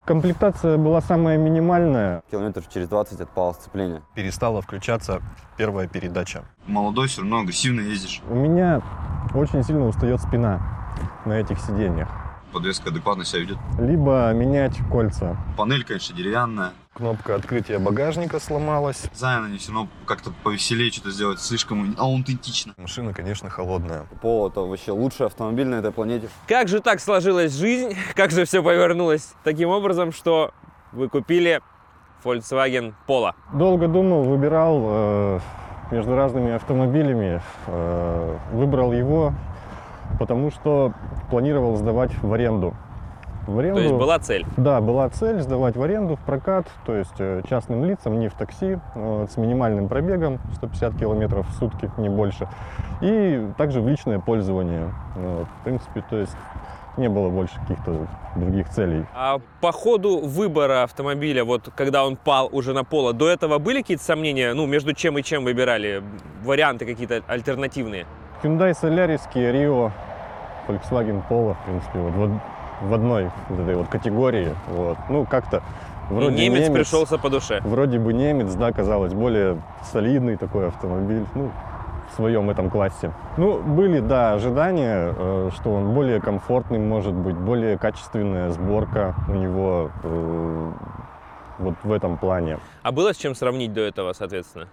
Комплектация была самая минимальная. Километров через 20 отпало сцепление. Перестала включаться первая передача. Молодой, все равно агрессивно ездишь. У меня очень сильно устает спина на этих сиденьях. Подвеска адекватно себя ведет. Либо менять кольца. Панель, конечно, деревянная. Кнопка открытия багажника сломалась. Дизайн они все равно как-то повеселее что-то сделать, слишком аутентично. Машина, конечно, холодная. Polo — это вообще лучший автомобиль на этой планете. Как же так сложилась жизнь, как же все повернулось таким образом, что вы купили Volkswagen Polo? Долго думал, выбирал между разными автомобилями. Выбрал его, потому что планировал сдавать в аренду. То есть была цель? Да, была цель сдавать в аренду, в прокат, то есть частным лицам, не в такси, с минимальным пробегом, 150 километров в сутки, не больше. И также в личное пользование. В принципе, то есть не было больше каких-то других целей. А по ходу выбора автомобиля, вот когда он пал уже на Polo, до этого были какие-то сомнения, ну, между чем и чем выбирали? Варианты какие-то альтернативные? Hyundai Solaris, Kia Rio, Volkswagen Polo, в принципе, вот в одной вот этой вот категории. Вот. Ну, как-то вроде и немец пришелся по душе. Вроде бы немец, да, казалось, более солидный такой автомобиль, ну, в своем этом классе. Ну, были, да, ожидания, что он более комфортный, может быть, более качественная сборка у него вот в этом плане. А было с чем сравнить до этого, соответственно?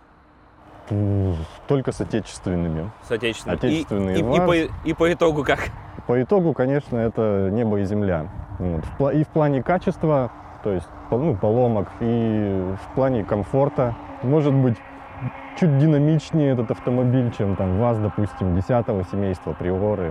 Только с отечественными. С отечественными. Отечественные. И по итогу как? По итогу, конечно, это небо и земля. Вот. И в плане качества, то есть поломок, и в плане комфорта. Может быть, чуть динамичнее этот автомобиль, чем там ВАЗ, допустим, 10-го семейства, Приоры.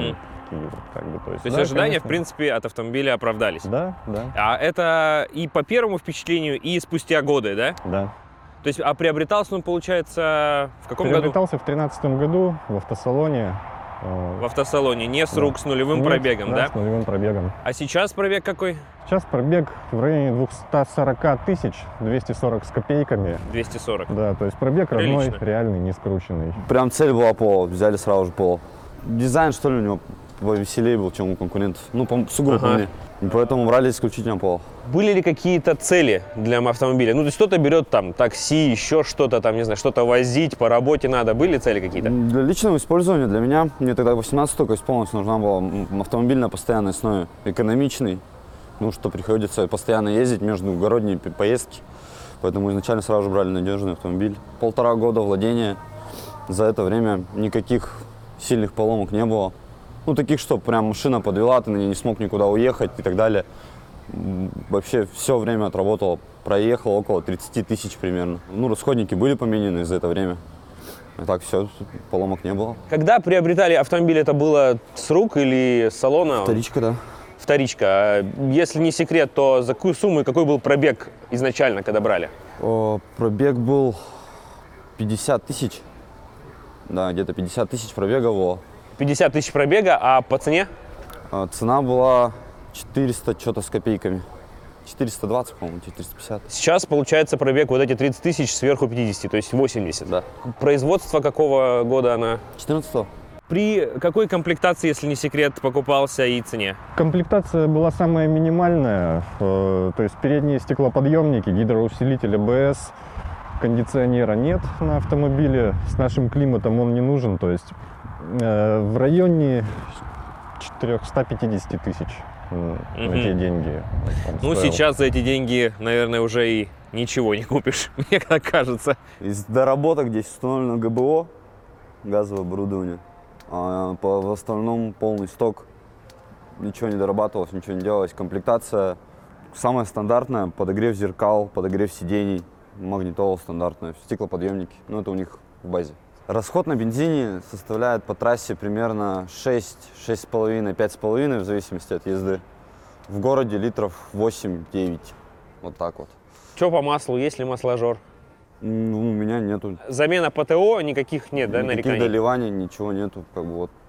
То есть ожидания, конечно, в принципе, от автомобиля оправдались? Да, да. А это и по первому впечатлению, и спустя годы, да? Да. То есть, а приобретался он, получается, в каком году? Приобретался в 2013 году в автосалоне. В автосалоне, не с рук, с нулевым пробегом, да? С нулевым пробегом. А сейчас пробег какой? Сейчас пробег в районе 240 тысяч, 240 с копейками. 240. Да, то есть пробег Прилично. родной, реальный, не скрученный. Прям цель была Polo, взяли сразу же Polo. Дизайн, что ли, у него повеселее был, чем у конкурентов. Ну, сугубо по мне. И поэтому брали исключительно Polo. Были ли какие-то цели для автомобиля? Ну, то есть кто-то берет там такси, еще что-то там, не знаю, что-то возить, по работе надо. Были цели какие-то? Для личного использования, для меня, мне тогда 18 только исполнилось, нужна была автомобиль на постоянной основе, экономичный, ну, что приходится постоянно ездить, междугородние поездки. Поэтому изначально сразу же брали надежный автомобиль. 1,5 года владения. За это время никаких сильных поломок не было. Ну, таких, что прям машина подвела, ты на ней не смог никуда уехать и так далее. Вообще все время отработал, проехал около 30 тысяч примерно. Ну, расходники были поменены за это время. А так все, поломок не было. Когда приобретали автомобиль, это было с рук или с салона? Вторичка, да. Вторичка. А если не секрет, то за какую сумму и какой был пробег изначально, когда брали? Пробег был 50 тысяч. Да, где-то 50 тысяч пробега было. 50 тысяч пробега, а по цене? Цена была 400 что-то с копейками. 420, по-моему, 450. Сейчас, получается, пробег вот эти 30 тысяч сверху 50, то есть 80. Да. Производство какого года она? 14-го. При какой комплектации, если не секрет, покупался и цене? Комплектация была самая минимальная, то есть передние стеклоподъемники, гидроусилитель АБС, кондиционера нет на автомобиле, с нашим климатом он не нужен, то есть в районе 450 тысяч на те деньги. Ну, сейчас за эти деньги, наверное, уже и ничего не купишь, мне так кажется. Из доработок здесь установлено ГБО, газовое оборудование. А в остальном полный сток. Ничего не дорабатывалось, ничего не делалось. Комплектация самая стандартная. Подогрев зеркал, подогрев сидений, магнитола стандартная, стеклоподъемники. Ну, это у них в базе. Расход на бензине составляет по трассе примерно 6, 6,5, 5,5 в зависимости от езды. В городе литров 8-9. Вот так вот. Что по маслу? Есть ли масложор? Ну, у меня нету. Замена ПТО никаких нет, да, Никаких нареканий? доливаний, ничего нету. Как бы вот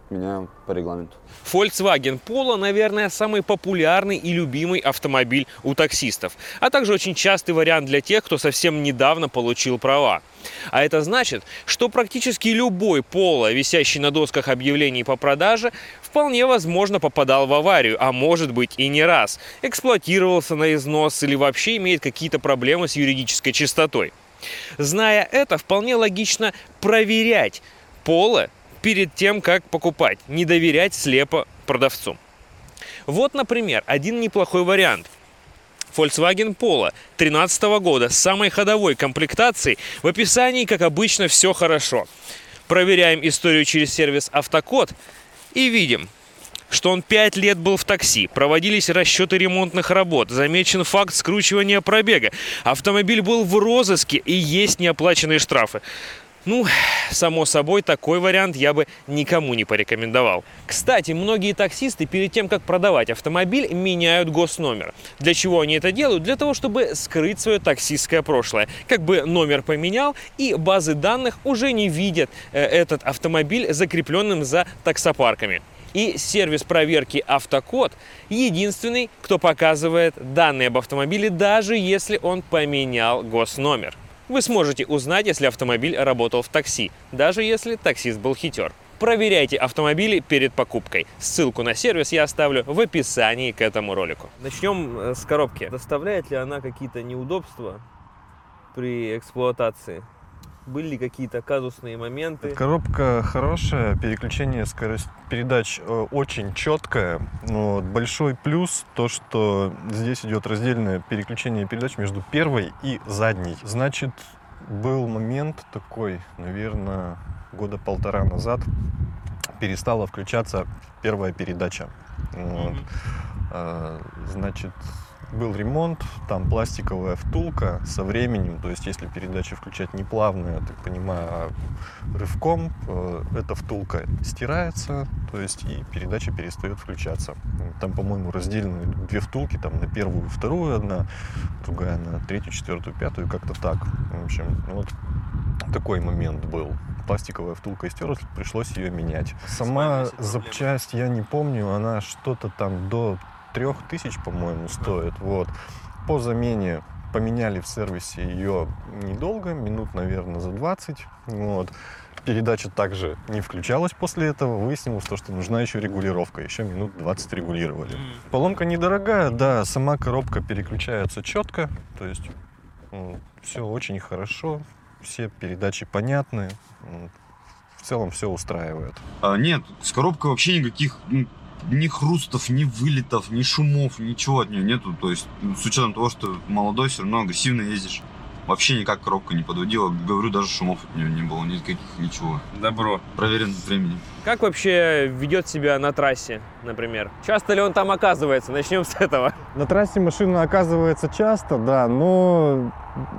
меняем по регламенту. Volkswagen Polo, наверное, самый популярный и любимый автомобиль у таксистов, а также очень частый вариант для тех, кто совсем недавно получил права. А это значит, что практически любой Polo, висящий на досках объявлений по продаже, вполне возможно попадал в аварию, а может быть и не раз, эксплуатировался на износ или вообще имеет какие-то проблемы с юридической чистотой. Зная это, вполне логично проверять Polo перед тем, как покупать, не доверять слепо продавцу. Вот, например, один неплохой вариант. Volkswagen Polo 2013 года с самой ходовой комплектацией. В описании, как обычно, все хорошо. Проверяем историю через сервис «Автокод» и видим, что он 5 лет был в такси, проводились расчеты ремонтных работ, замечен факт скручивания пробега, автомобиль был в розыске и есть неоплаченные штрафы. Ну, само собой, такой вариант я бы никому не порекомендовал. Кстати, многие таксисты перед тем, как продавать автомобиль, меняют госномер. Для чего они это делают? Для того, чтобы скрыть свое таксистское прошлое. Как бы номер поменял, и базы данных уже не видят этот автомобиль закрепленным за таксопарками. И сервис проверки «Автокод» единственный, кто показывает данные об автомобиле, даже если он поменял госномер. Вы сможете узнать, если автомобиль работал в такси, даже если таксист был хитер. Проверяйте автомобили перед покупкой. Ссылку на сервис я оставлю в описании к этому ролику. Начнем с коробки. Доставляет ли она какие-то неудобства при эксплуатации? Были ли какие-то казусные моменты? Коробка хорошая, переключение скорость передач очень четкое. Но большой плюс то, что здесь идет раздельное переключение передач между первой и задней. Значит, был момент такой, наверное, года 1,5 назад, перестала включаться первая передача. Вот. Значит, был ремонт, там пластиковая втулка со временем, то есть если передачи включать не плавно, я так понимаю, а рывком, эта втулка стирается, то есть и передача перестает включаться. Там, по-моему, раздельные 2 втулки, там на первую и вторую одна, другая на 3-ю, 4-ю, 5-ю, как-то так. В общем, вот такой момент был. Пластиковая втулка стерлась, пришлось ее менять. Сама запчасть, я не помню, она что-то там до 3000, по-моему, стоит. Вот. По замене поменяли в сервисе ее недолго, минут, наверное, за 20. Вот. Передача также не включалась после этого. Выяснилось, что нужна еще регулировка. Еще минут 20 регулировали. Поломка недорогая, да, сама коробка переключается четко. То есть все очень хорошо, все передачи понятны. В целом все устраивает. Нет, с коробкой вообще никаких ни хрустов, ни вылетов, ни шумов, ничего от нее нету. То есть, с учетом того, что молодой, все равно агрессивно ездишь. Вообще никак коробка не подводила. Говорю, даже шумов от нее не было, никаких, ничего. Добро. Проверен временем. Как вообще ведет себя на трассе, например? Часто ли он там оказывается? Начнем с этого. На трассе машина оказывается часто, да, но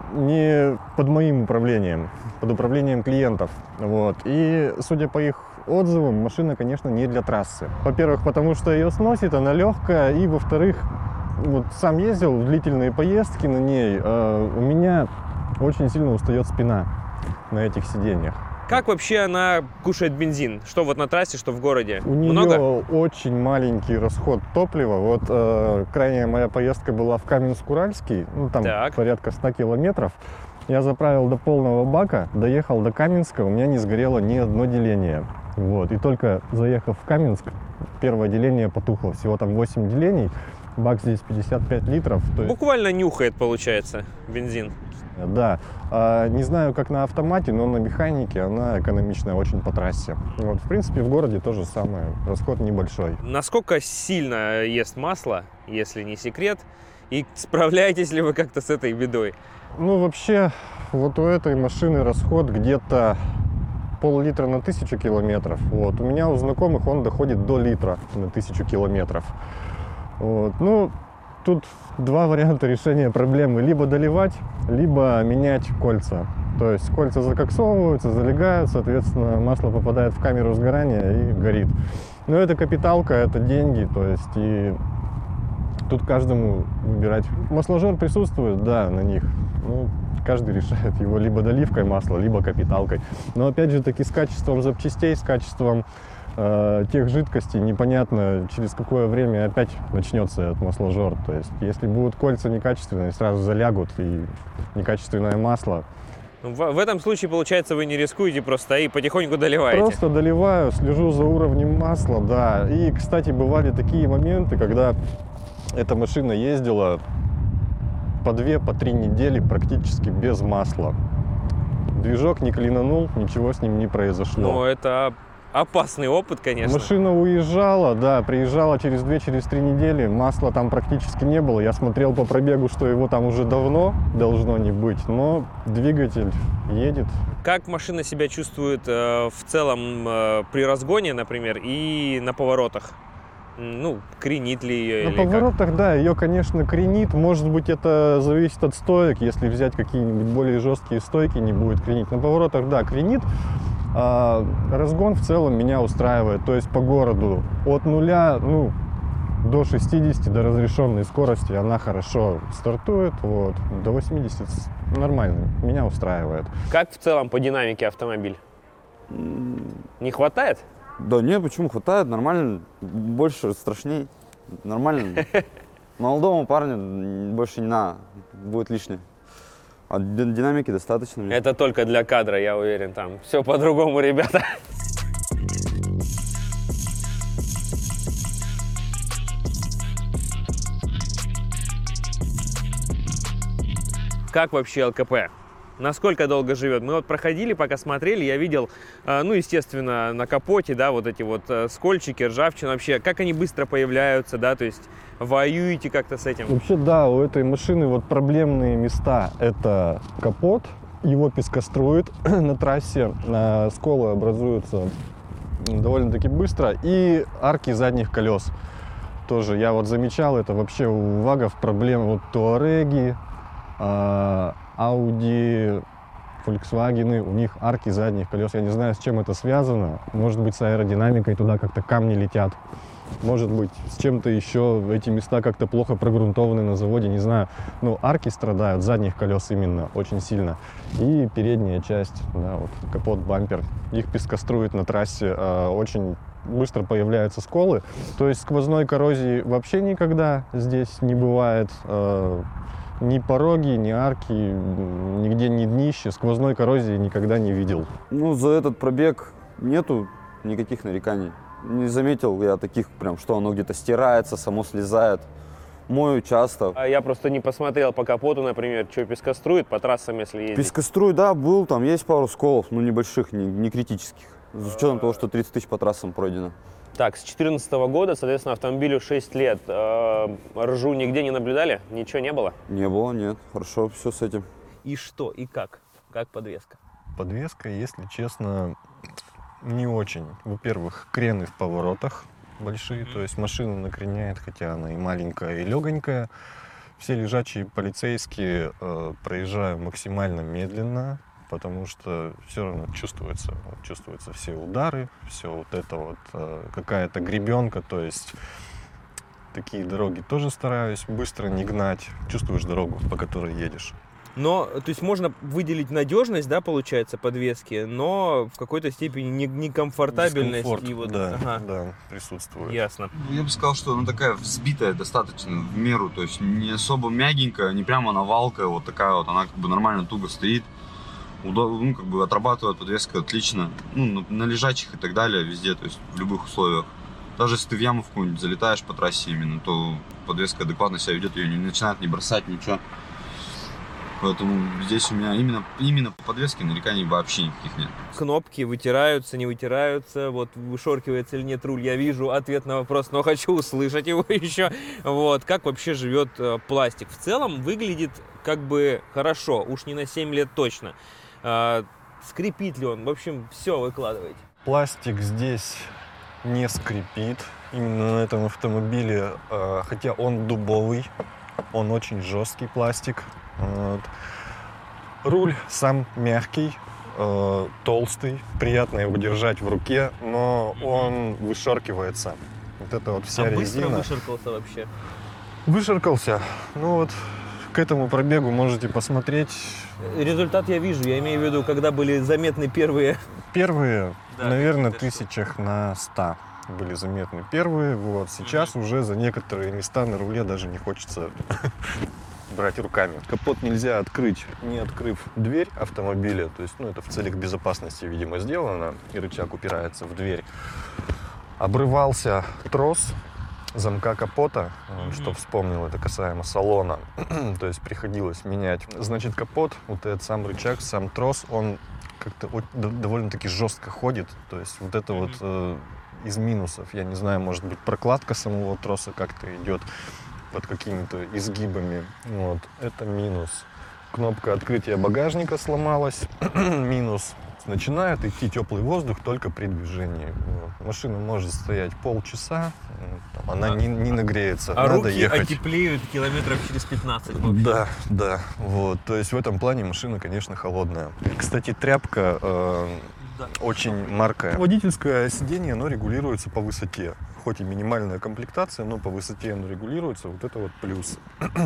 не под моим управлением, под управлением клиентов. Вот. И, судя по их отзывам, машина, конечно, не для трассы. Во-первых, потому что ее сносит, она легкая, и, во-вторых, вот сам ездил в длительные поездки на ней, у меня очень сильно устает спина на этих сиденьях. Как вообще она кушает бензин? Что вот на трассе, что в городе? У нее Много? очень маленький расход топлива. Вот крайняя моя поездка была в Каменск-Уральский, ну там Так. порядка 100 километров. Я заправил до полного бака, доехал до Каменска, у меня не сгорело ни одно деление. Вот. И только заехав в Каменск, первое деление потухло. Всего там 8 делений, бак здесь 55 литров. То есть, Буквально нюхает, получается, бензин. да. Не знаю, как на автомате, но на механике она экономичная очень по трассе. Вот. В принципе, в городе то же самое. Расход небольшой. Насколько сильно ест масло, если не секрет? И справляетесь ли вы как-то с этой бедой? Ну, вообще, вот у этой машины расход где-то пол-литра на 1000 километров. Вот. У меня у знакомых он доходит до литра на 1000 километров. Вот. Ну, тут 2 варианта решения проблемы. Либо доливать, либо менять кольца. То есть кольца закоксовываются, залегают, соответственно, масло попадает в камеру сгорания и горит. Но это капиталка, это деньги, то есть и тут каждому выбирать. Масложор присутствует, да, на них. Ну, каждый решает его либо доливкой масла, либо капиталкой. Но опять же таки с качеством запчастей, с качеством тех жидкостей непонятно, через какое время опять начнется этот масложор. То есть, если будут кольца некачественные, сразу залягут, и некачественное масло. В этом случае, получается, вы не рискуете просто и потихоньку доливаете. Просто доливаю, слежу за уровнем масла, да. И, кстати, бывали такие моменты, когда эта машина ездила по 2-3 недели практически без масла. Движок не клинанул, ничего с ним не произошло. Ну, это опасный опыт, конечно. Машина уезжала, да, приезжала через 2-3 недели, масла там практически не было. Я смотрел по пробегу, что его там уже давно должно не быть, но двигатель едет. Как машина себя чувствует в целом при разгоне, например, и на поворотах? Ну, кренит ли ее На или как? поворотах, да, ее, конечно, кренит. Может быть, это зависит от стоек. Если взять какие-нибудь более жесткие стойки, не будет кренить. На поворотах, да, кренит. А разгон в целом меня устраивает. То есть по городу от 0, до 60, до разрешенной скорости она хорошо стартует. Вот, до 80 нормально, меня устраивает. Как в целом по динамике автомобиль? Не хватает? Да нет, почему, хватает, нормально, больше, страшней, нормально. Молодому парню больше не надо, будет лишнее. А динамики достаточно. Мне. Это только для кадра, я уверен, там все по-другому, ребята. Как вообще ЛКП? Насколько долго живет? Мы вот проходили, пока смотрели, я видел, естественно, на капоте, да, вот эти вот скольчики, ржавчина вообще. Как они быстро появляются, да, то есть воюете как-то с этим? Вообще, да, у этой машины вот проблемные места. Это капот, его пескострует на трассе, сколы образуются довольно-таки быстро, и арки задних колес. Тоже я вот замечал, это вообще у вагов проблема. Вот Туареги, Audi, Volkswagen, у них арки задних колес. Я не знаю, с чем это связано. Может быть, с аэродинамикой туда как-то камни летят. Может быть, с чем-то еще. Эти места как-то плохо прогрунтованы на заводе, не знаю. Но арки страдают, задних колес именно, очень сильно. И передняя часть, да, вот капот, бампер. Их пескострует на трассе, очень быстро появляются сколы. То есть сквозной коррозии вообще никогда здесь не бывает. Ни пороги, ни арки, нигде ни днище, сквозной коррозии никогда не видел. Ну, за этот пробег нету никаких нареканий. Не заметил я таких прям, что оно где-то стирается, само слезает. Мою часто. А я просто не посмотрел по капоту, например, что пескострует по трассам, если ездить. Пескоструй, да, был, там есть пару сколов, но небольших, не критических. С учетом того, что 30 тысяч по трассам пройдено. Так, с 2014 года, соответственно, автомобилю 6 лет. Ржу нигде не наблюдали? Ничего не было? Не было, нет. Хорошо, все с этим. И что, и как? Как подвеска? Подвеска, если честно, не очень. Во-первых, крены в поворотах большие, то есть машина накреняет, хотя она и маленькая, и легонькая. Все лежачие полицейские проезжаю максимально медленно, потому что все равно чувствуется, чувствуются все удары, все вот это вот, какая-то гребенка, то есть такие дороги тоже стараюсь быстро не гнать, чувствуешь дорогу, по которой едешь. Но, то есть можно выделить надежность, да, получается, подвески, но в какой-то степени некомфортабельность. Дискомфорт, И вот, да, ага. да, присутствует. Ясно. Я бы сказал, что она такая взбитая достаточно в меру, то есть не особо мягенькая, не прямо навалка, вот такая вот, она как бы нормально туго стоит. Ну, как бы отрабатывает подвеска отлично, ну, на лежачих и так далее, везде, то есть в любых условиях. Даже если ты в яму в какую-нибудь залетаешь по трассе именно, то подвеска адекватно себя ведет, ее не начинает не бросать, ничего. Поэтому здесь у меня именно по подвеске нареканий вообще никаких нет. Кнопки вытираются, не вытираются, вот вышоркивается или нет руль, я вижу ответ на вопрос, но хочу услышать его еще. Вот, как вообще живет пластик? В целом выглядит как бы хорошо, уж не на 7 лет точно. Скрипит ли он? В общем, все выкладываете. Пластик здесь не скрипит, именно на этом автомобиле, хотя он дубовый, он очень жесткий пластик. Вот. Руль сам мягкий, толстый, приятно его держать в руке, но он вышаркивается. Вот это вот вся резина. Быстро вышаркался вообще? Вышаркался. Ну вот к этому пробегу можете посмотреть. Результат я вижу, я имею в виду, когда были заметны первые Первые, Да, наверное, это что? тысячах на 100 были заметны первые. Вот. Сейчас уже за некоторые места на руле даже не хочется брать руками. Капот нельзя открыть, не открыв дверь автомобиля. То есть, ну, это в целях безопасности, видимо, сделано. И рычаг упирается в дверь. Обрывался трос замка капота, что вспомнил, это касаемо салона. То есть приходилось менять. Значит, капот, вот этот сам рычаг, сам трос, он как-то довольно-таки жестко ходит. То есть вот это вот из минусов. Я не знаю, может быть, прокладка самого троса как-то идет под какими-то изгибами. Вот. Это минус. Кнопка открытия багажника сломалась. Минус. Начинает идти теплый воздух только при движении. Вот. Машина может стоять полчаса, там, она не нагреется, А надо руки ехать. отеплеют километров через 15. вообще. Да, вот. То есть в этом плане машина, конечно, холодная. Кстати, тряпка очень маркая. Водительское сиденье, оно регулируется по высоте. Хоть и минимальная комплектация, но по высоте оно регулируется. Вот это вот плюс.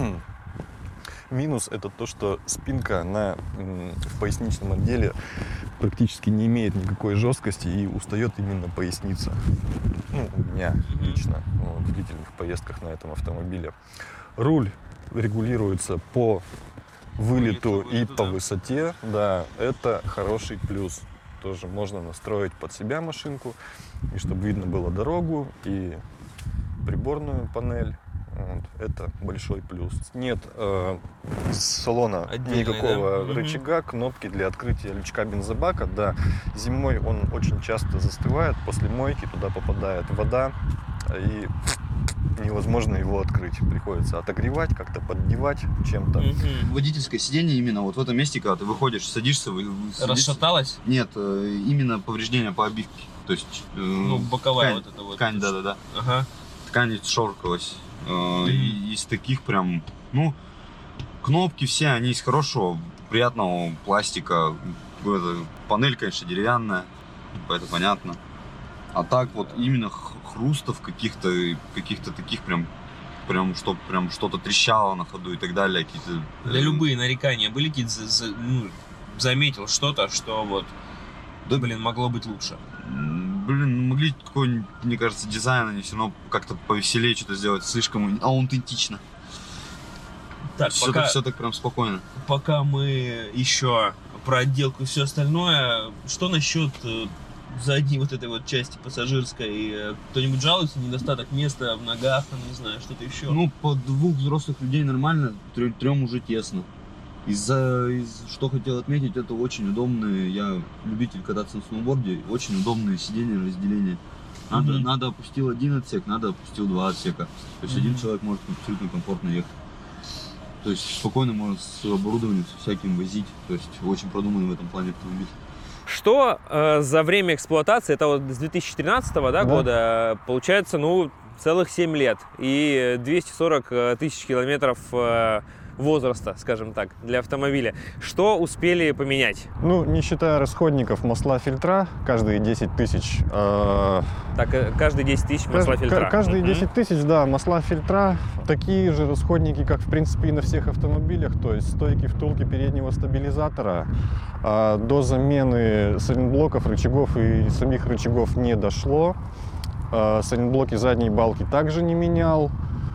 Минус — это то, что спинка, она в поясничном отделе практически не имеет никакой жесткости и устает именно поясница. Ну, у меня лично в длительных поездках на этом автомобиле. Руль регулируется по вылету и по высоте. Да, это хороший плюс. Тоже можно настроить под себя машинку, и чтобы видно было дорогу и приборную панель. Вот, это большой плюс. Нет из салона Отдельный, никакого да? рычага, кнопки для открытия лючка бензобака. Да, зимой он очень часто застывает, после мойки туда попадает вода, и невозможно его открыть. Приходится отогревать, как-то поддевать чем-то. Водительское сиденье именно вот в этом месте, когда ты выходишь, садишься, садишься. Расшаталось? Нет, именно повреждение по обивке. То есть Ну, боковая ткань, вот эта вот. ткань, да. Ага. Ткань шоркалась. Из таких прям, ну, кнопки все, они из хорошего, приятного пластика. Панель, конечно, деревянная, это понятно. А так вот именно хрустов каких-то таких прям чтоб прям что-то трещало на ходу и так далее. Какие-то, Да любые нарекания были какие-то, заметил что-то, что вот, Да. могло быть лучше. Блин, могли какой-нибудь, мне кажется, дизайн они все равно как-то повеселее что-то сделать, слишком аутентично. Так, Все так прям спокойно. пока мы еще про отделку и все остальное, что насчет задней вот этой вот части пассажирской? Кто-нибудь жалуется, недостаток места в ногах, там, не знаю, что-то еще? Ну, по двух взрослых людей нормально, трем уже тесно. Что хотел отметить, это очень удобные, я любитель кататься на сноуборде, очень удобные сиденья разделения. Надо опустил один отсек, надо опустил два отсека. То есть один человек может абсолютно комфортно ехать. То есть спокойно можно с оборудованием, со всяким возить. То есть очень продуманный в этом плане автомобиль. Что за время эксплуатации, это вот с 2013 года, получается, целых 7 лет и 240 тысяч километров возраста, скажем так, для автомобиля. Что успели поменять? Ну, не считая расходников, масла, фильтра, каждые 10 тысяч. Так, каждые 10 тысяч масла, фильтра. Каждые 10 тысяч, да, масла, фильтра. Такие же расходники, как, в принципе, и на всех автомобилях. То есть стойки, втулки переднего стабилизатора. До замены сайлентблоков, рычагов и самих рычагов не дошло. Сайлентблоки задней балки также не менял.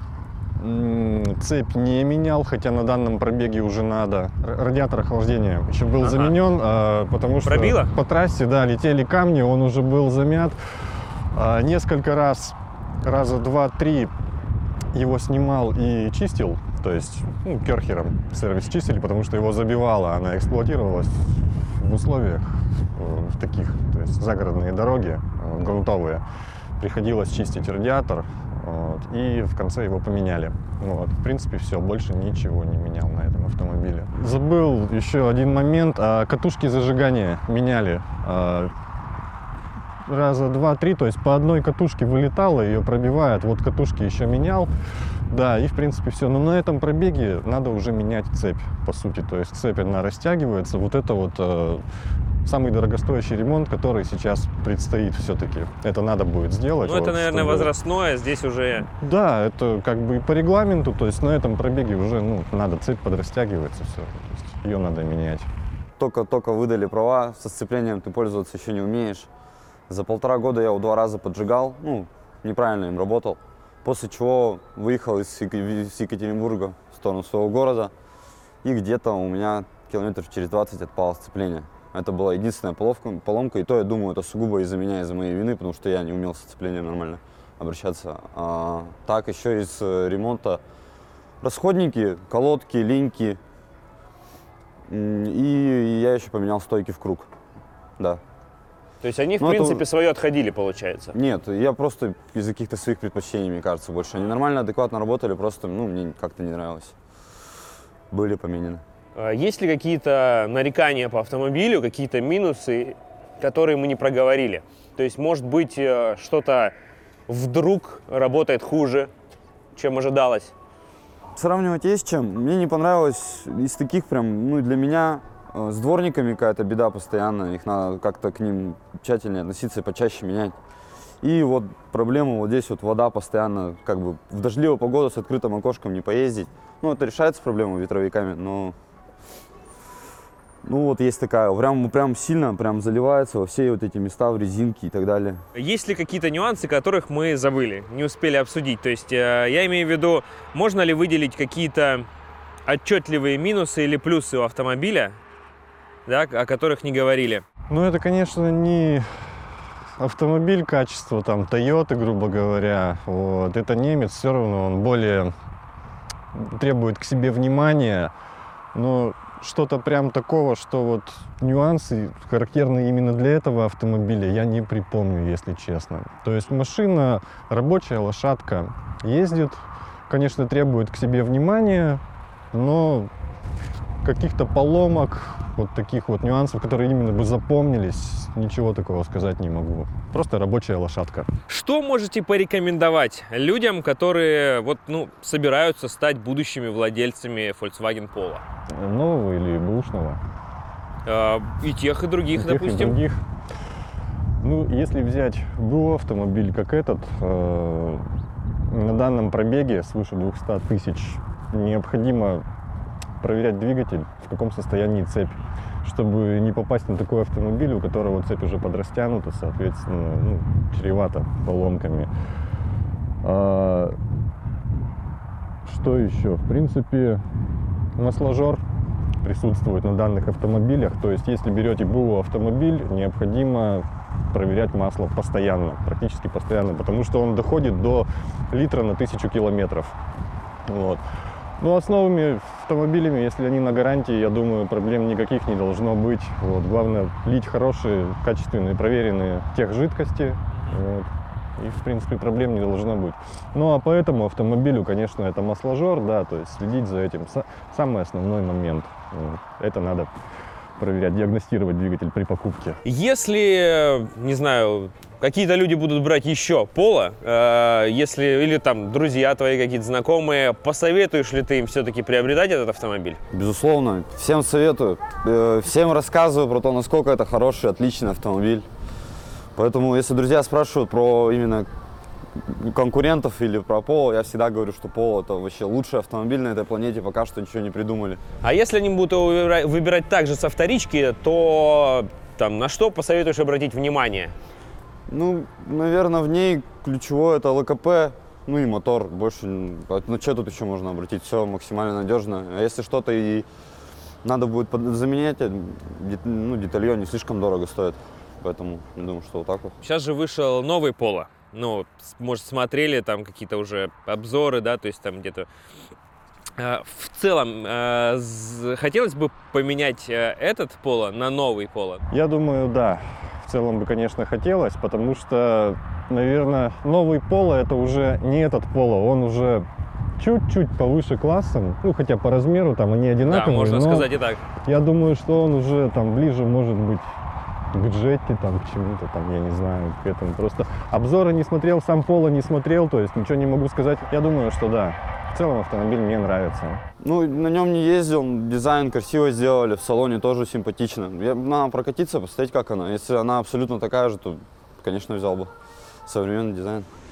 Цепь не менял, хотя на данном пробеге уже надо. Радиатор охлаждения еще был заменен, потому что Пробило? по трассе, да, летели камни, он уже был замят. Несколько раз, раза 2-3 его снимал и чистил, то есть керхером сервис чистили, потому что его забивало, она эксплуатировалась в условиях в таких, то есть загородные дороги, грунтовые. Приходилось чистить радиатор. Вот, и в конце его поменяли. Вот, в принципе, все, больше ничего не менял на этом автомобиле. Забыл еще один момент. Катушки зажигания меняли раза 2-3, то есть по одной катушке вылетало, ее пробивает. Вот катушки еще менял. Да, и в принципе все. Но на этом пробеге надо уже менять цепь, по сути. То есть цепь, она растягивается. Вот это вот самый дорогостоящий ремонт, который сейчас предстоит все-таки. Это надо будет сделать. Ну, это, наверное, возрастное, здесь уже... Да, это как бы по регламенту, то есть на этом пробеге уже надо цепь подрастягивается, все. Ее надо менять. только выдали права, со сцеплением ты пользоваться еще не умеешь. За 1,5 года я его 2 раза поджигал, ну, неправильно им работал. После чего выехал из Екатеринбурга в сторону своего города, и где-то у меня километров через 20 отпало сцепление. Это была единственная поломка, и то, я думаю, это сугубо из-за меня, из-за моей вины, потому что я не умел с сцеплением нормально обращаться. А так еще из ремонта расходники, колодки, линьки, и я еще поменял стойки в круг, да. То есть они, в Ну, это- принципе, свое отходили, получается? Нет, я просто из-за каких-то своих предпочтений, мне кажется, больше. Они нормально, адекватно работали, просто, ну, мне как-то не нравилось. Были поменены. А есть ли какие-то нарекания по автомобилю, какие-то минусы, которые мы не проговорили? То есть, может быть, что-то вдруг работает хуже, чем ожидалось? Сравнивать есть с чем. Мне не понравилось из таких прям, ну, для меня с дворниками какая-то беда постоянно. Их надо как-то к ним тщательнее относиться и почаще менять. И вот проблема вот здесь вот вода постоянно, как бы в дождливую погоду с открытым окошком не поездить. Ну, это решается проблема ветровиками, но ну вот есть такая, прям сильно прям заливается во все вот эти места в резинке и так далее. Есть ли какие-то нюансы, которых мы забыли, не успели обсудить? То есть я имею в виду, можно ли выделить какие-то отчетливые минусы или плюсы у автомобиля, да, о которых не говорили? Ну, это, конечно, не автомобиль качества, там, Toyota, грубо говоря. Вот. Это немец, все равно он более требует к себе внимания. Но что-то прям такого, что вот нюансы характерные именно для этого автомобиля, я не припомню, если честно. То есть машина, рабочая лошадка, ездит, конечно, требует к себе внимания, но каких-то поломок, вот таких вот нюансов, которые именно бы запомнились, ничего такого сказать не могу. Просто рабочая лошадка. Что можете порекомендовать людям, которые вот, ну, собираются стать будущими владельцами Volkswagen Polo? Нового или бэушного? И тех, и других, И тех, и допустим. других. Ну, если взять БУ автомобиль, как этот, на данном пробеге свыше 200 тысяч необходимо проверять двигатель, в каком состоянии цепь, чтобы не попасть на такой автомобиль, у которого цепь уже подрастянута, соответственно, ну, чревато поломками. Что еще? В принципе, масложор присутствует на данных автомобилях. То есть, если берете БУ автомобиль, необходимо проверять масло постоянно, практически постоянно, потому что он доходит до литра на 1000 километров. Вот. Ну, а с новыми автомобилями, если они на гарантии, я думаю, проблем никаких не должно быть. Вот. Главное, лить хорошие, качественные, проверенные техжидкости. Вот. И, в принципе, проблем не должно быть. Ну, а по этому автомобилю, конечно, это масложор, да, то есть следить за этим. Самый основной момент. Вот. Это надо проверять, диагностировать двигатель при покупке. Если, не знаю, какие-то люди будут брать еще Polo, если, или там друзья твои какие-то знакомые, посоветуешь ли ты им все-таки приобретать этот автомобиль? Безусловно, всем советую, всем рассказываю про то, насколько это хороший, отличный автомобиль. Поэтому, если друзья спрашивают про именно конкурентов или про Polo, я всегда говорю, что Polo это вообще лучший автомобиль на этой планете, пока что ничего не придумали. А если они будут его выбирать также со вторички, то там, на что посоветуешь обратить внимание? Ну, наверное, в ней ключевое это ЛКП, ну и мотор. Больше, на что тут еще можно обратить? Все максимально надежно. А если что-то и надо будет заменять, ну, детальон не слишком дорого стоит. Поэтому я думаю, что вот так вот. Сейчас же вышел новый Polo. Ну, может, смотрели там какие-то уже обзоры, да, то есть там где-то... В целом, хотелось бы поменять этот Polo на новый Polo? Я думаю, да. В целом бы, конечно, хотелось, потому что, наверное, новый Polo это уже не этот Polo, он уже чуть-чуть повыше классом, ну, хотя по размеру там они одинаковые, Да, можно но сказать и так. я думаю, что он уже там ближе, может быть, к Джетти, там, к чему-то там, я не знаю, к этому. Просто обзоры не смотрел, сам Polo не смотрел, то есть ничего не могу сказать. Я думаю, что да. В целом автомобиль мне нравится. Ну, на нем не ездил, дизайн красиво сделали, в салоне тоже симпатично. Надо прокатиться, посмотреть, как она. Если она абсолютно такая же, то, конечно, взял бы современный дизайн.